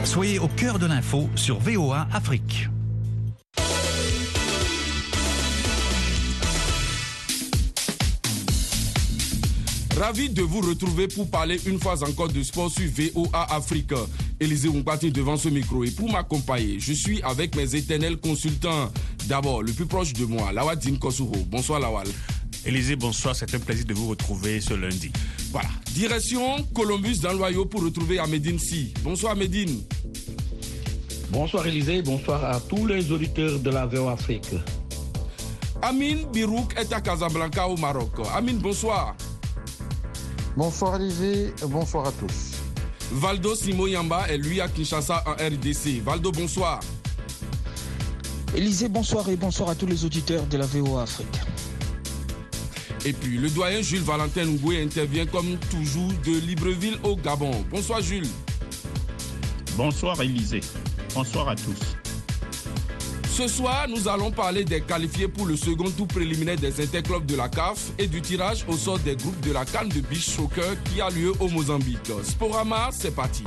Soyez au cœur de l'info sur VOA Afrique. Ravi de vous retrouver pour parler une fois encore de sport sur VOA Afrique. Élisée Oumpati devant ce micro et pour m'accompagner, je suis avec mes éternels consultants. D'abord, le plus proche de moi, Lawal Dinkosuro. Bonsoir Lawal. Élisée, bonsoir, c'est un plaisir de vous retrouver ce lundi. Voilà, direction Columbus dans l'Ohio pour retrouver Ahmedine Si. Bonsoir Ahmedine. Bonsoir Élisée, bonsoir à tous les auditeurs de la VOA Afrique. Amine Birouk est à Casablanca au Maroc. Amine, bonsoir. Bonsoir Élisée, bonsoir à tous. Valdo Simoyamba est lui à Kinshasa en RDC. Valdo, bonsoir. Élisée, bonsoir et bonsoir à tous les auditeurs de la VOA Afrique. Et puis le doyen Jules Valentin Ngoué intervient comme toujours de Libreville au Gabon. Bonsoir Jules. Bonsoir Élisée, bonsoir à tous. Ce soir, nous allons parler des qualifiés pour le second tour préliminaire des interclubs de la CAF et du tirage au sort des groupes de la CAN de Beach Soccer qui a lieu au Mozambique. Sporama, c'est parti.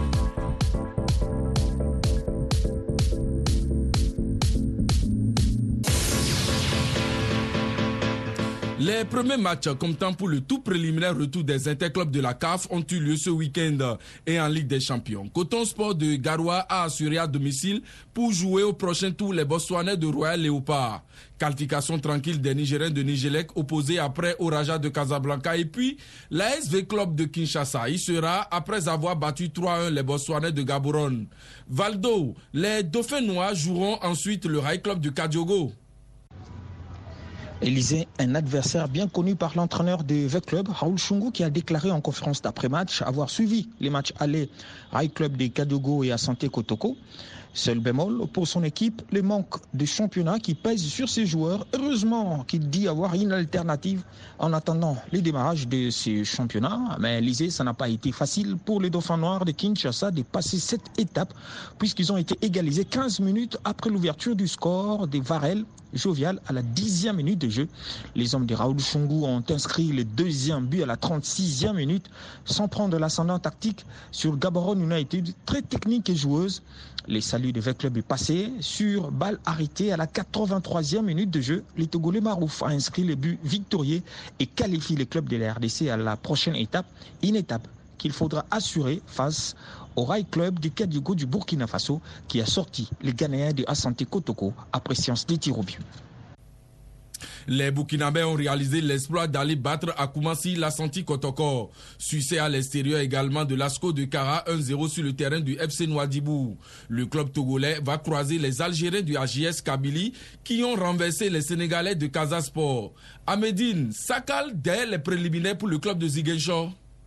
Les premiers matchs comptant pour le tout préliminaire retour des interclubs de la CAF ont eu lieu ce week-end et en Ligue des Champions. Coton Sport de Garoua a assuré à domicile pour jouer au prochain tour les Botswanais de Royal Léopard. Qualification tranquille des Nigériens de Nigelec opposés après au Raja de Casablanca et puis l'ASV Club de Kinshasa. Il sera après avoir battu 3-1 les Botswanais de Gaborone. Valdo, les Dauphins Noirs joueront ensuite le High Club du Kadiogo. Élisée, un adversaire bien connu par l'entraîneur de V Club, Raoul Chungu, qui a déclaré en conférence d'après-match avoir suivi les matchs allés High Club de Kadiogo et à Santé Kotoko. Seul bémol pour son équipe, le manque de championnat qui pèse sur ses joueurs. Heureusement qu'il dit avoir une alternative en attendant le démarrage de ce championnat. Mais Élisée, ça n'a pas été facile pour les Dauphins Noirs de Kinshasa de passer cette étape puisqu'ils ont été égalisés 15 minutes après l'ouverture du score des Varel Jovial à la 10e minute de jeu. Les hommes de Raoul Chungu ont inscrit le deuxième but à la 36e minute sans prendre l'ascendant tactique sur Gaborone United, très technique et joueuse. Les saluts de V Club est passé sur balle arrêtée à la 83e minute de jeu. Les Togolais Marouf a inscrit le but victorieux et qualifie les clubs de la RDC à la prochaine étape. Une étape qu'il faudra assurer face au Rail Club du Kadiogo du Burkina Faso qui a sorti les Ghanéens de Asante Kotoko après séance des tirs au but. Les Burkinabés ont réalisé l'exploit d'aller battre à Koumassi l'Asante Kotoko. Succès à l'extérieur également de l'ASCO de Kara 1-0 sur le terrain du FC Nouadhibou. Le club togolais va croiser les Algériens du AJS Kabylie qui ont renversé les Sénégalais de Casa Sport. Ahmedine, Sakal dès les préliminaires pour le club de Ziguinchor.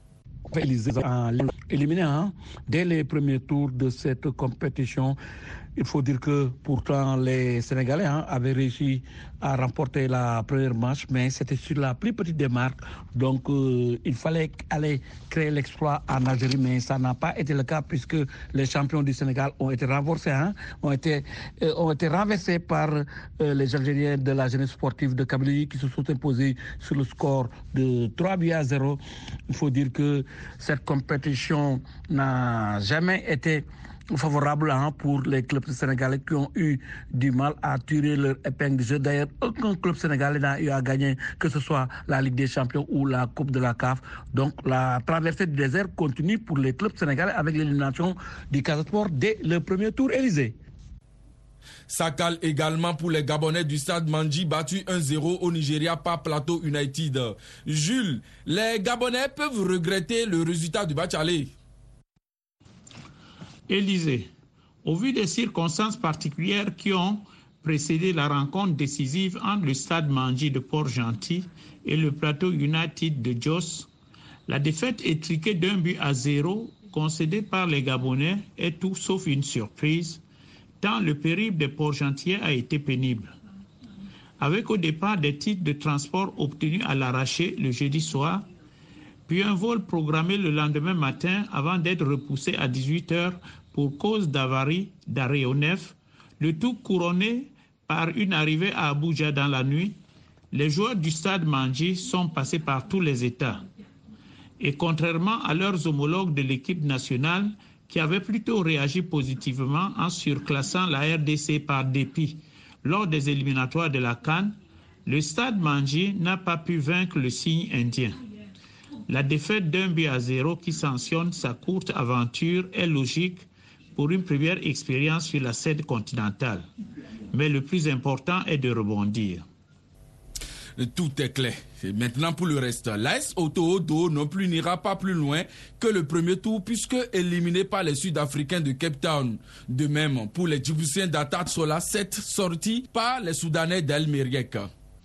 Éliminé dès les premiers tours de cette compétition. Il faut dire que pourtant les Sénégalais avaient réussi à remporter la première manche, mais c'était sur la plus petite des marques. Donc il fallait aller créer l'exploit en Algérie, mais ça n'a pas été le cas puisque les champions du Sénégal ont été renversés, ont été renversés par les Algériens de la jeunesse sportive de Kabylie qui se sont imposés sur le score de 3-0. Il faut dire que cette compétition n'a jamais été favorable pour les clubs sénégalais qui ont eu du mal à tirer leur épingle de jeu. D'ailleurs, aucun club sénégalais n'a eu à gagner, que ce soit la Ligue des Champions ou la Coupe de la CAF. Donc la traversée du désert continue pour les clubs sénégalais avec l'élimination du Casa Sport dès le premier tour. Élysée. Sakal également pour les Gabonais du stade Mandji battu 1-0 au Nigeria par Plateau United. Jules, les Gabonais peuvent regretter le résultat du match aller. Élysée, au vu des circonstances particulières qui ont précédé la rencontre décisive entre le stade Mandji de Port-Gentil et le Plateau United de Jos, la défaite étriquée d'1-0 concédée par les Gabonais est tout sauf une surprise, tant le périple des Port-Gentiliens a été pénible. Avec au départ des titres de transport obtenus à l'arraché le jeudi soir, puis un vol programmé le lendemain matin avant d'être repoussé à 18h pour cause d'avarie d'aéronef, le tout couronné par une arrivée à Abuja dans la nuit. Les joueurs du stade Mandji sont passés par tous les états. Et contrairement à leurs homologues de l'équipe nationale qui avait plutôt réagi positivement en surclassant la RDC par dépit. Lors des éliminatoires de la CAN, le Stade Manji n'a pas pu vaincre le signe indien. La défaite d'1-0 qui sanctionne sa courte aventure est logique pour une première expérience sur la scène continentale. Mais le plus important est de rebondir. Tout est clair. Et maintenant pour le reste, l'AS Oto-Odo non plus n'ira pas plus loin que le premier tour puisque éliminé par les Sud-Africains de Cape Town. De même pour les Djiboutiens d'Atat Sola 7 sortis par les Soudanais d'El Meriek.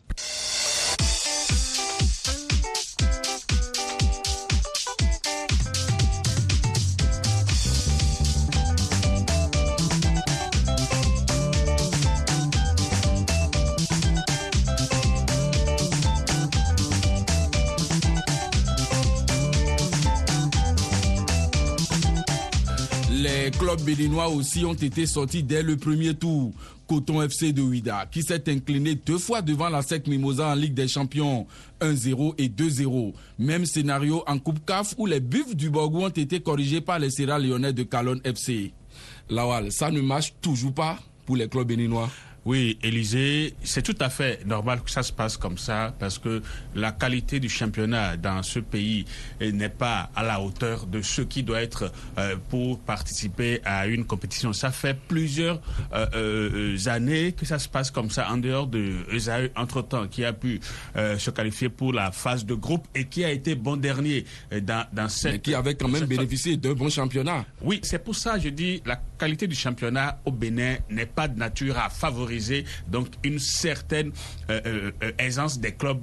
Les clubs béninois aussi ont été sortis dès le premier tour. Coton FC de Ouida, qui s'est incliné 2 fois devant la SEC Mimosa en Ligue des Champions, 1-0 et 2-0. Même scénario en Coupe CAF où les Buffs du Borgou ont été corrigés par les Sierra Lyonnais de Calonne FC. Lawal, ça ne marche toujours pas pour les clubs béninois. Oui, Élisée, c'est tout à fait normal que ça se passe comme ça parce que la qualité du championnat dans ce pays n'est pas à la hauteur de ce qui doit être pour participer à une compétition. Ça fait plusieurs années que ça se passe comme ça en dehors de Esaü entre-temps qui a pu se qualifier pour la phase de groupe et qui a été bon dernier dans cette... Mais qui avait quand même bénéficié d'un bon championnat. Oui, c'est pour ça que je dis la qualité du championnat au Bénin n'est pas de nature à favoriser donc une certaine aisance des clubs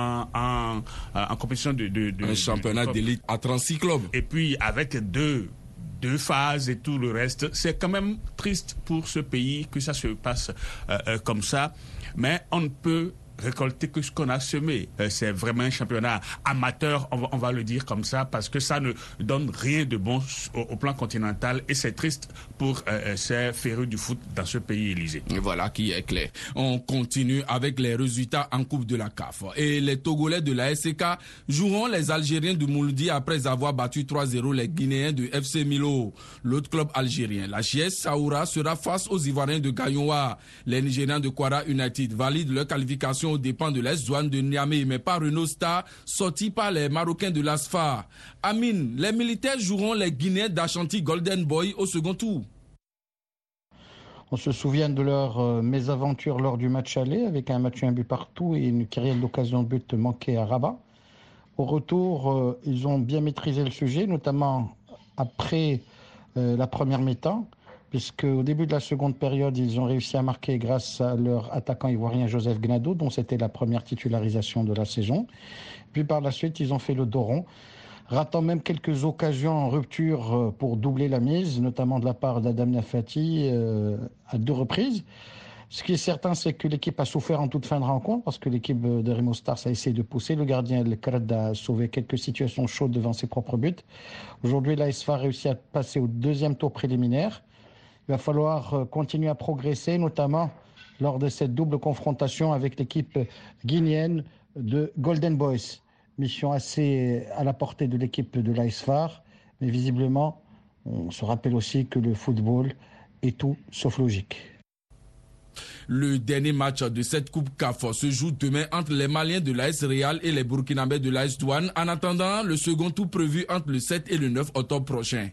en compétition de un championnat d'élite à 36 clubs. Et puis avec deux phases et tout le reste, c'est quand même triste pour ce pays que ça se passe comme ça, mais on ne peut récolter que ce qu'on a semé. C'est vraiment un championnat amateur, on va le dire comme ça, parce que ça ne donne rien de bon au plan continental et c'est triste pour ces férus du foot dans ce pays, Élysée. Voilà qui est clair. On continue avec les résultats en Coupe de la CAF. Et les Togolais de la SCK joueront les Algériens de Mouloudi après avoir battu 3-0 les Guinéens de FC Milo. L'autre club algérien, la JS Saoura, sera face aux Ivoiriens de Gagnoa. Les Nigériens de Kwara United valident leur qualification aux dépens de l'Est Douane de Niamey, mais pas Renault Star, sorti par les Marocains de l'ASFA. Amine, les militaires joueront les Guinéens d'Ashanti Golden Boy au second tour. On se souvient de leur mésaventure lors du match aller, avec un match un but partout et une kyrielle d'occasion de but manquée à Rabat. Au retour, ils ont bien maîtrisé le sujet, notamment après la première mi-temps, puisque au début de la seconde période, ils ont réussi à marquer grâce à leur attaquant ivoirien Joseph Gnado, dont c'était la première titularisation de la saison. Puis par la suite, ils ont fait le dos rond, ratant même quelques occasions en rupture pour doubler la mise, notamment de la part d'Adam Nafati à 2 reprises. Ce qui est certain, c'est que l'équipe a souffert en toute fin de rencontre, parce que l'équipe de Remo Stars a essayé de pousser. Le gardien El Kred a sauvé quelques situations chaudes devant ses propres buts. Aujourd'hui, l'ASFA a réussi à passer au 2e tour préliminaire. Il va falloir continuer à progresser, notamment lors de cette double confrontation avec l'équipe guinéenne de Golden Boys. Mission assez à la portée de l'équipe de l'ASFAR, mais visiblement, on se rappelle aussi que le football est tout sauf logique. Le dernier match de cette Coupe CAF se joue demain entre les Maliens de l'AS Real et les Burkinabés de l'AS Douane, en attendant le second tour prévu entre le 7 et le 9 octobre prochain.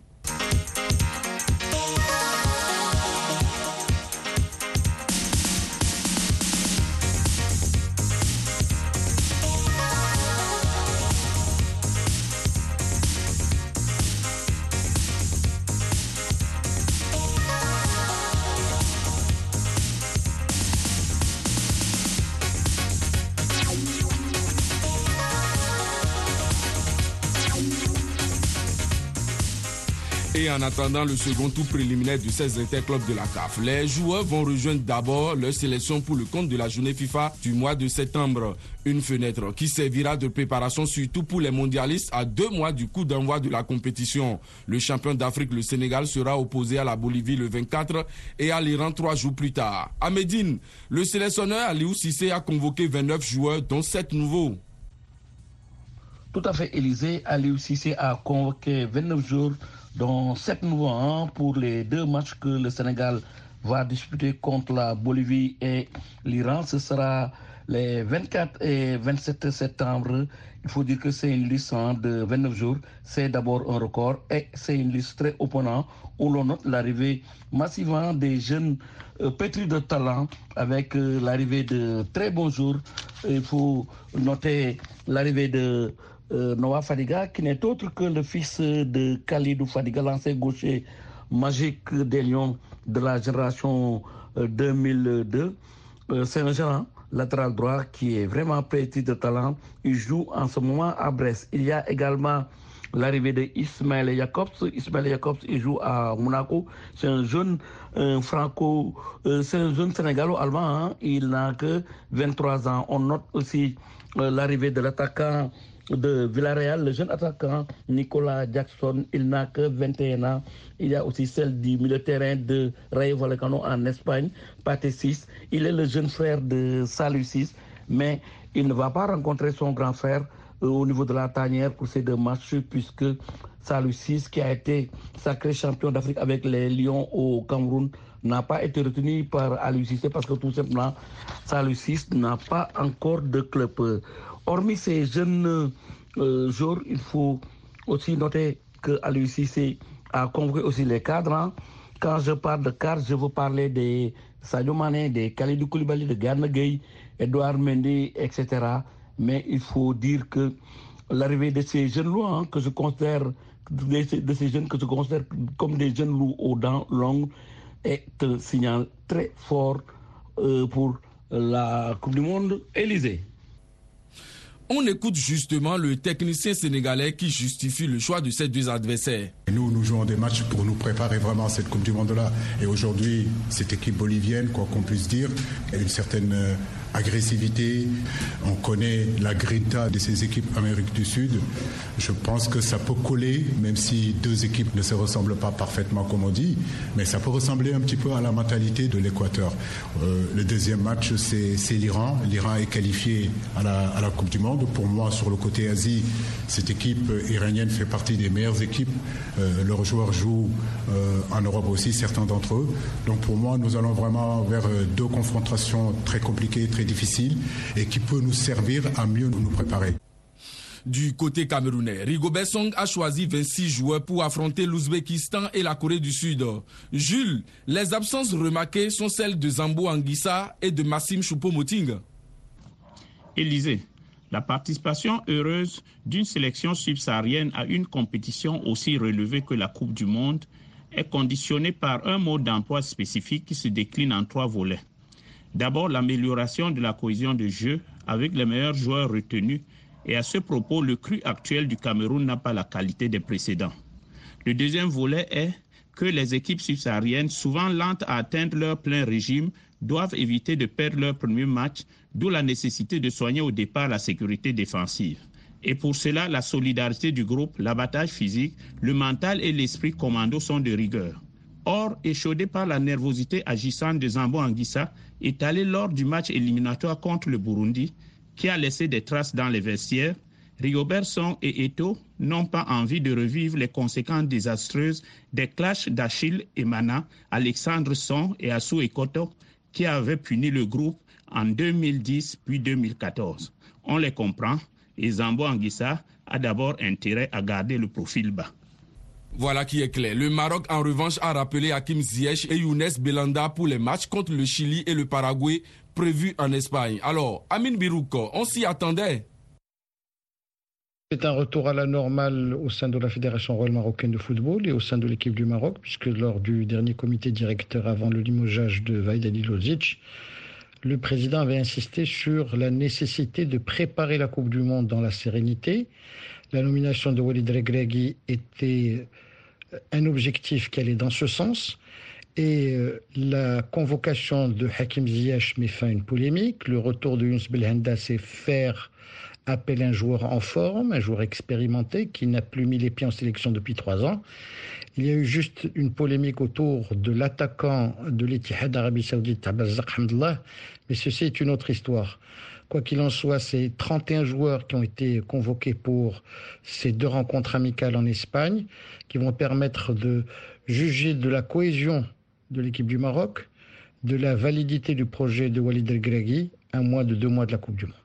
Et en attendant le second tour préliminaire de ces interclubs de la CAF, les joueurs vont rejoindre d'abord leur sélection pour le compte de la journée FIFA du mois de septembre. Une fenêtre qui servira de préparation surtout pour les mondialistes à 2 mois du coup d'envoi de la compétition. Le champion d'Afrique, le Sénégal, sera opposé à la Bolivie le 24 et à l'Iran 3 jours plus tard. À Médine, le sélectionneur Aliou Cissé a convoqué 29 joueurs, dont 7 nouveaux. Tout à fait, Élysée. Aliou Cissé a convoqué 29 joueurs, dont 7 nouveaux pour les 2 matchs que le Sénégal va disputer contre la Bolivie et l'Iran. Ce sera les 24 et 27 septembre. Il faut dire que c'est une liste de 29 jours. C'est d'abord un record et c'est une liste très opponente où l'on note l'arrivée massive des jeunes pétris de talent avec l'arrivée de très bons jours. Il faut noter l'arrivée de Noah Fadiga, qui n'est autre que le fils de Khalidou Fadiga, l'ancien gaucher magique des Lions de la génération 2002. C'est un jeune latéral droit qui est vraiment pétri de talent. Il joue en ce moment à Brest. Il y a également l'arrivée de Ismaël Jacobs. Ismaël Jacobs, il joue à Monaco. C'est un jeune c'est un jeune sénégalo-allemand. Il n'a que 23 ans. On note aussi l'arrivée de l'attaquant de Villarreal, le jeune attaquant Nicolas Jackson. Il n'a que 21 ans. Il y a aussi celle du milieu de terrain de Rayo Vallecano en Espagne, Pathé Ciss. Il est le jeune frère de Salou Ciss, mais il ne va pas rencontrer son grand frère au niveau de la tanière pour ces 2 matchs, puisque Salou Ciss, qui a été sacré champion d'Afrique avec les Lions au Cameroun, n'a pas été retenu par Aliou Cissé parce que tout simplement Salou Ciss n'a pas encore de club. Hormis ces jeunes joueurs, il faut aussi noter que Aliou Cissé a convoqué aussi les cadres. Quand je parle de cadres, je veux parler des Sadio Mané, des Kalidou Koulibaly, de Gana Gueye, Edouard Mendy, etc. Mais il faut dire que l'arrivée de ces jeunes-là, que je considère comme des jeunes loups aux dents longues, est un signal très fort pour la Coupe du Monde. Élysée. On écoute justement le technicien sénégalais qui justifie le choix de ces 2 adversaires. Nous jouons des matchs pour nous préparer vraiment à cette Coupe du Monde-là. Et aujourd'hui, cette équipe bolivienne, quoi qu'on puisse dire, a une certaine agressivité. On connaît la grinta de ces équipes Amérique du Sud. Je pense que ça peut coller, même si 2 équipes ne se ressemblent pas parfaitement comme on dit, mais ça peut ressembler un petit peu à la mentalité de l'Équateur. Le deuxième match, c'est l'Iran. L'Iran est qualifié à la Coupe du Monde. Pour moi, sur le côté Asie, cette équipe iranienne fait partie des meilleures équipes. Leurs joueurs jouent en Europe aussi, certains d'entre eux. Donc pour moi, nous allons vraiment vers 2 confrontations très compliquées, très difficiles, et qui peut nous servir à mieux nous préparer. Du côté camerounais, Rigobert Song a choisi 26 joueurs pour affronter l'Ouzbékistan et la Corée du Sud. Jules, les absences remarquées sont celles de Zambo Anguissa et de Massim Choupo-Moting. Élysée, la participation heureuse d'une sélection subsaharienne à une compétition aussi relevée que la Coupe du Monde est conditionnée par un mode d'emploi spécifique qui se décline en 3 volets. D'abord, l'amélioration de la cohésion de jeu avec les meilleurs joueurs retenus, et à ce propos, le cru actuel du Cameroun n'a pas la qualité des précédents. Le deuxième volet est que les équipes subsahariennes, souvent lentes à atteindre leur plein régime, doivent éviter de perdre leur premier match, d'où la nécessité de soigner au départ la sécurité défensive. Et pour cela, la solidarité du groupe, l'abattage physique, le mental et l'esprit commando sont de rigueur. Or, échaudé par la nervosité agissante de Zambo Anguissa, étalée lors du match éliminatoire contre le Burundi, qui a laissé des traces dans les vestiaires, Rigobert Song et Eto'o n'ont pas envie de revivre les conséquences désastreuses des clashs d'Achille et Mana, Alexandre Song et Assou Ekoto, qui avaient puni le groupe en 2010 puis 2014. On les comprend et Zambo Anguissa a d'abord intérêt à garder le profil bas. Voilà qui est clair. Le Maroc, en revanche, a rappelé Hakim Ziyech et Younes Belanda pour les matchs contre le Chili et le Paraguay prévus en Espagne. Alors, Amine Birouk, on s'y attendait. C'est un retour à la normale au sein de la Fédération royale marocaine de football et au sein de l'équipe du Maroc, puisque lors du dernier comité directeur avant le limogeage de Vahid Halilovic, le président avait insisté sur la nécessité de préparer la Coupe du Monde dans la sérénité. La nomination de Walid Regragui était un objectif qui allait dans ce sens. Et la convocation de Hakim Ziyech met fin à une polémique. Le retour de Younes Belhanda, c'est faire appel à un joueur en forme, un joueur expérimenté qui n'a plus mis les pieds en sélection depuis 3 ans. Il y a eu juste une polémique autour de l'attaquant de l'Ittihad d'Arabie Saoudite, Abdelrazak Hamdallah, mais ceci est une autre histoire. Quoi qu'il en soit, c'est 31 joueurs qui ont été convoqués pour ces 2 rencontres amicales en Espagne, qui vont permettre de juger de la cohésion de l'équipe du Maroc, de la validité du projet de Walid El Ghragui, à moins de 2 mois de la Coupe du Monde.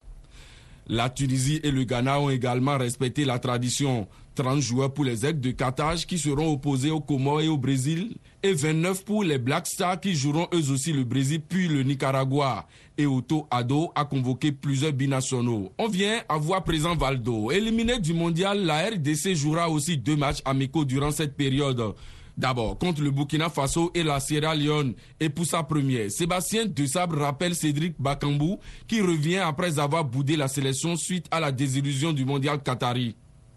La Tunisie et le Ghana ont également respecté la tradition. 30 joueurs pour les Aigles de Carthage qui seront opposés aux Comores et au Brésil et 29 pour les Black Stars qui joueront eux aussi le Brésil puis le Nicaragua. Et Otto Addo a convoqué plusieurs binationaux. On vient à voir présent Valdo. Éliminé du mondial, la RDC jouera aussi 2 matchs amicaux durant cette période. D'abord contre le Burkina Faso et la Sierra Leone. Et pour sa première, Sébastien Desabre rappelle Cédric Bakambu qui revient après avoir boudé la sélection suite à la désillusion du mondial qatari.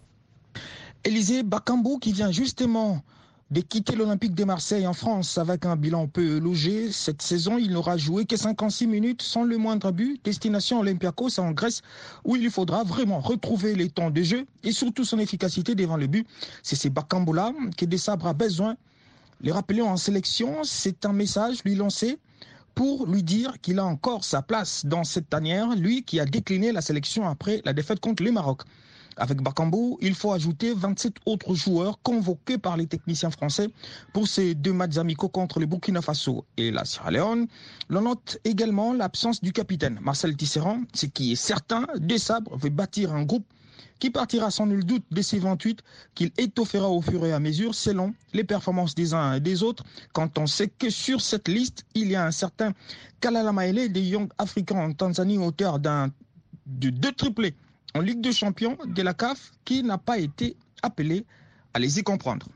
Élisée Bakambu qui vient justement de quitter l'Olympique de Marseille en France avec un bilan peu logé. Cette saison, il n'aura joué que 56 minutes sans le moindre but. Destination Olympiakos en Grèce où il faudra vraiment retrouver les temps de jeu et surtout son efficacité devant le but. C'est ces Bakambu-là que Desabre a besoin. Les rappeler en sélection, c'est un message lui lancer pour lui dire qu'il a encore sa place dans cette tanière, lui qui a décliné la sélection après la défaite contre le Maroc. Avec Bakambu, il faut ajouter 27 autres joueurs convoqués par les techniciens français pour ces 2 matchs amicaux contre le Burkina Faso et la Sierra Leone. L'on note également l'absence du capitaine Marcel Tisserand. Ce qui est certain, Desabre veut bâtir un groupe qui partira sans nul doute de ces 28 qu'il étoffera au fur et à mesure selon les performances des uns et des autres. Quand on sait que sur cette liste, il y a un certain Kalala Maele des Young Africans en Tanzanie, auteur de 2 triplés en Ligue des Champions de la CAF, qui n'a pas été appelé à les y comprendre.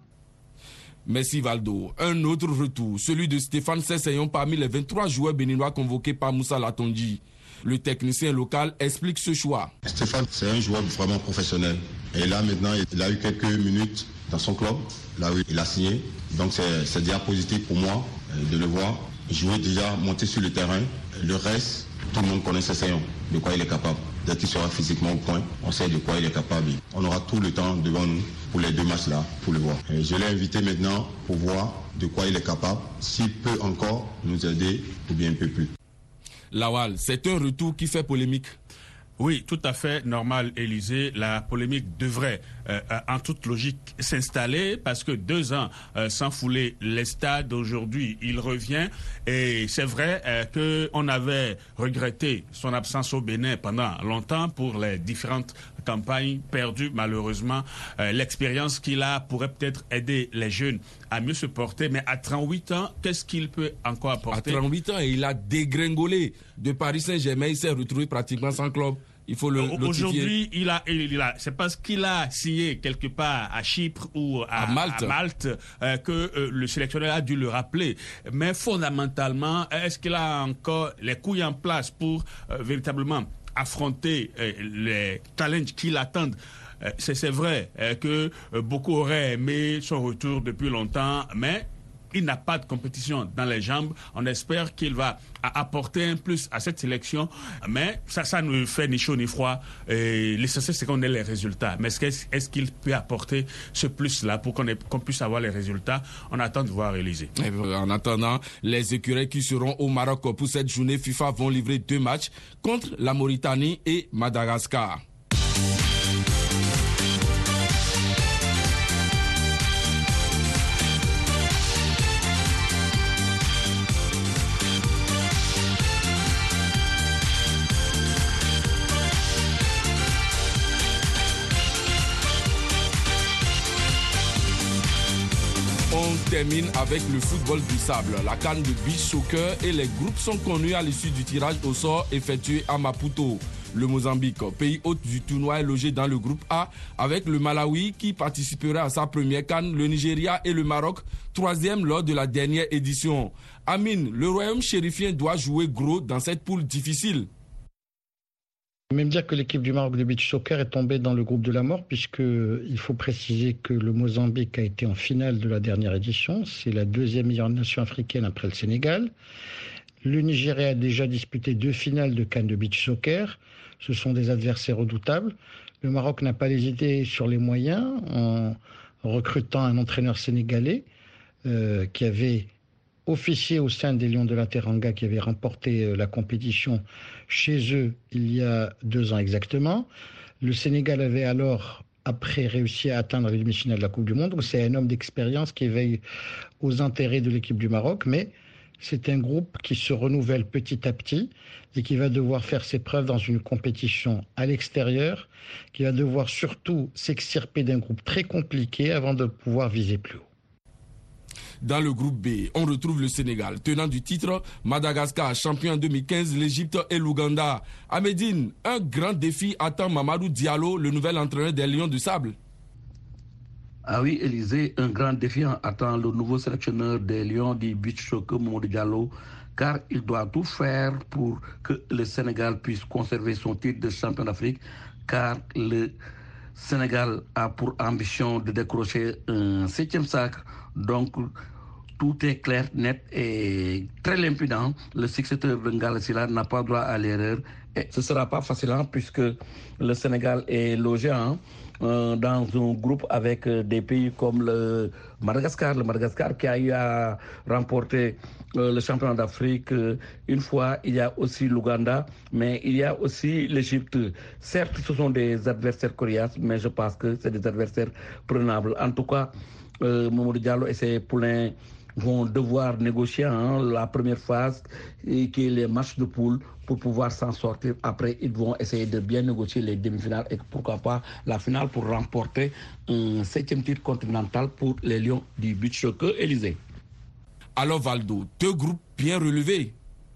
Merci Valdo. Un autre retour, celui de Stéphane Sessegnon parmi les 23 joueurs béninois convoqués par Moussa Latonji. Le technicien local explique ce choix. Stéphane, c'est un joueur vraiment professionnel. Et là, maintenant, il a eu quelques minutes dans son club, là où il a signé. Donc, c'est déjà positif pour moi de le voir jouer déjà, monter sur le terrain. Le reste, tout le monde connaît Sessegnon, de quoi il est capable. Dès qu'il sera physiquement au point, on sait de quoi il est capable. On aura tout le temps devant nous pour les 2 matchs-là, pour le voir. Et je l'ai invité maintenant pour voir de quoi il est capable, s'il peut encore nous aider ou bien un peu plus. Lawal, c'est un retour qui fait polémique. Oui, tout à fait normal, Élisée. La polémique devrait, en toute logique, s'installer parce que 2 ans sans fouler les stades, aujourd'hui, il revient. Et c'est vrai qu'on avait regretté son absence au Bénin pendant longtemps pour les différentes campagnes perdues. Malheureusement, l'expérience qu'il a pourrait peut-être aider les jeunes à mieux se porter. Mais à 38 ans, qu'est-ce qu'il peut encore apporter? À 38 ans, il a dégringolé de Paris Saint-Germain. Il s'est retrouvé pratiquement sans club. Il faut le Aujourd'hui, c'est parce qu'il a signé quelque part à Chypre ou à Malte que le sélectionneur a dû le rappeler. Mais fondamentalement, est-ce qu'il a encore les couilles en place pour véritablement affronter les challenges qui l'attendent? C'est vrai que beaucoup auraient aimé son retour depuis longtemps, mais il n'a pas de compétition dans les jambes. On espère qu'il va apporter un plus à cette sélection. Mais ça ne fait ni chaud ni froid. L'essentiel, c'est qu'on ait les résultats. Mais est-ce qu'il peut apporter ce plus-là pour qu'on puisse avoir les résultats? On attend de voir Élisée. En attendant, les écureuils qui seront au Maroc pour cette journée FIFA vont livrer 2 matchs contre la Mauritanie et Madagascar. On termine avec le football du sable, la CAN de beach soccer et les groupes sont connus à l'issue du tirage au sort effectué à Maputo. Le Mozambique, pays hôte du tournoi, est logé dans le groupe A avec le Malawi qui participera à sa première CAN, le Nigeria et le Maroc, 3e lors de la dernière édition. Amine, le royaume chérifien doit jouer gros dans cette poule difficile. Même dire que l'équipe du Maroc de beach soccer est tombée dans le groupe de la mort, puisqu'il faut préciser que le Mozambique a été en finale de la dernière édition. C'est la 2e meilleure nation africaine après le Sénégal. Le Nigeria a déjà disputé 2 finales de CAN de beach soccer. Ce sont des adversaires redoutables. Le Maroc n'a pas hésité sur les moyens en recrutant un entraîneur sénégalais qui avait officier au sein des Lions de la Teranga qui avaient remporté la compétition chez eux il y a 2 ans exactement. Le Sénégal avait alors, après, réussi à atteindre les demi-finales de la Coupe du Monde. Donc c'est un homme d'expérience qui veille aux intérêts de l'équipe du Maroc, mais c'est un groupe qui se renouvelle petit à petit et qui va devoir faire ses preuves dans une compétition à l'extérieur, qui va devoir surtout s'extirper d'un groupe très compliqué avant de pouvoir viser plus haut. Dans le groupe B, on retrouve le Sénégal, tenant du titre, Madagascar, champion en 2015, l'Égypte et l'Ouganda. À Médine, un grand défi attend Mamadou Diallo, le nouvel entraîneur des Lions du Sable. Ah oui, Élysée, un grand défi attend le nouveau sélectionneur des Lions du beach soccer, Mamadou Diallo, car il doit tout faire pour que le Sénégal puisse conserver son titre de champion d'Afrique, car le Sénégal a pour ambition de décrocher un 7e sacre. Donc, tout est clair, net et très limpide. Le successeur de Ngala Sylla n'a pas droit à l'erreur. Et ce ne sera pas facile puisque le Sénégal est logé dans un groupe avec des pays comme le Madagascar qui a eu à remporter le championnat d'Afrique une fois. Il y a aussi l'Ouganda, mais il y a aussi l'Égypte. Certes, ce sont des adversaires coriaces, mais je pense que c'est des adversaires prenables. En tout cas, Mamadou Diallo et ses poulains vont devoir négocier la première phase, qui est les matchs de poule, pour pouvoir s'en sortir. Après, ils vont essayer de bien négocier les demi-finales et pourquoi pas la finale pour remporter un 7e titre continental pour les Lions du beach soccer. Élysée. Alors Valdo, 2 groupes bien relevés.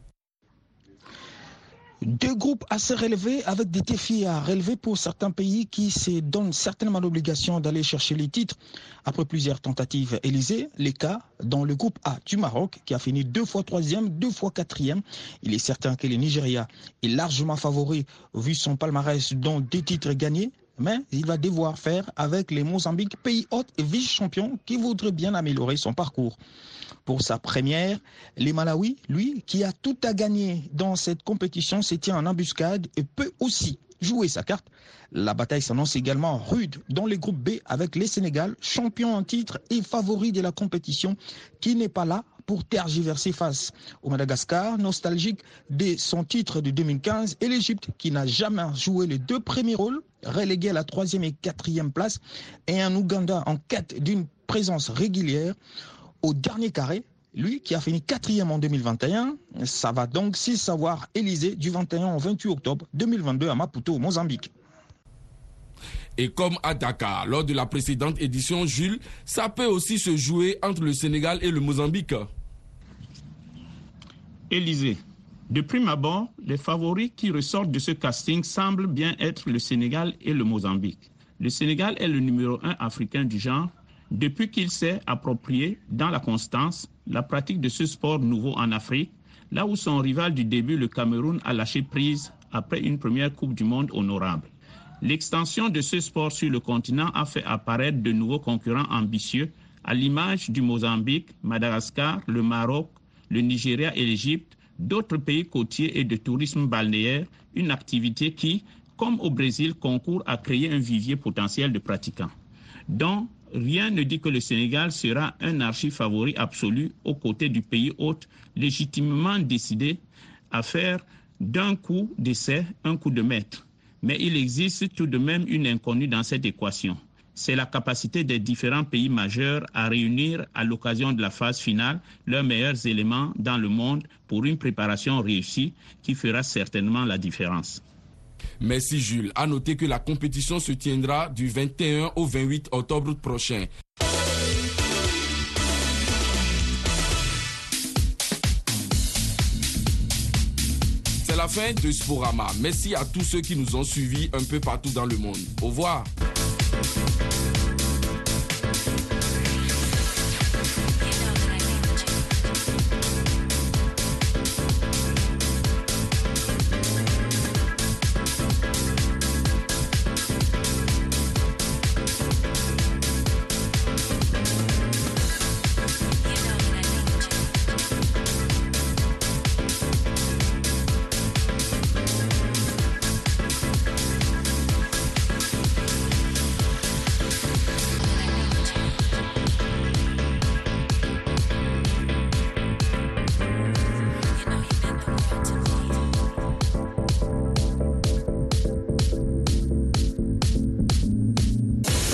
2 groupes assez relevés avec des défis à relever pour certains pays qui se donnent certainement l'obligation d'aller chercher les titres. Après plusieurs tentatives, Élysée, les cas dans le groupe A du Maroc qui a fini 2 fois 3e, 2 fois 4e. Il est certain que le Nigeria est largement favori vu son palmarès dont 2 titres gagnés. Mais il va devoir faire avec les Mozambique, pays hôte et vice-champion qui voudrait bien améliorer son parcours. Pour sa première, les Malawi, lui, qui a tout à gagner dans cette compétition, se tient en embuscade et peut aussi jouer sa carte. La bataille s'annonce également rude dans le groupe B avec les Sénégal, champion en titre et favori de la compétition, qui n'est pas là pour tergiverser face au Madagascar, nostalgique de son titre de 2015, et l'Égypte, qui n'a jamais joué les 2 premiers rôles, relégué à la 3e et 4e place, et un Ouganda en quête d'une présence régulière au dernier carré, lui qui a fini 4e en 2021. Ça va donc s'y savoir Élysée du 21 au 28 octobre 2022 à Maputo, au Mozambique. Et comme à Dakar, lors de la précédente édition, Jules, ça peut aussi se jouer entre le Sénégal et le Mozambique. Élysée, de prime abord, les favoris qui ressortent de ce casting semblent bien être le Sénégal et le Mozambique. Le Sénégal est le numéro 1 africain du genre, depuis qu'il s'est approprié dans la constance la pratique de ce sport nouveau en Afrique, là où son rival du début, le Cameroun, a lâché prise après une première Coupe du Monde honorable. L'extension de ce sport sur le continent a fait apparaître de nouveaux concurrents ambitieux, à l'image du Mozambique, Madagascar, le Maroc, le Nigeria et l'Égypte, d'autres pays côtiers et de tourisme balnéaire, une activité qui, comme au Brésil, concourt à créer un vivier potentiel de pratiquants. Donc, rien ne dit que le Sénégal sera un archi-favori absolu aux côtés du pays hôte, légitimement décidé à faire d'un coup d'essai un coup de maître. Mais il existe tout de même une inconnue dans cette équation. C'est la capacité des différents pays majeurs à réunir à l'occasion de la phase finale leurs meilleurs éléments dans le monde pour une préparation réussie qui fera certainement la différence. Merci Jules. À noter que la compétition se tiendra du 21 au 28 octobre prochain. C'est la fin de Sporama. Merci à tous ceux qui nous ont suivis un peu partout dans le monde. Au revoir.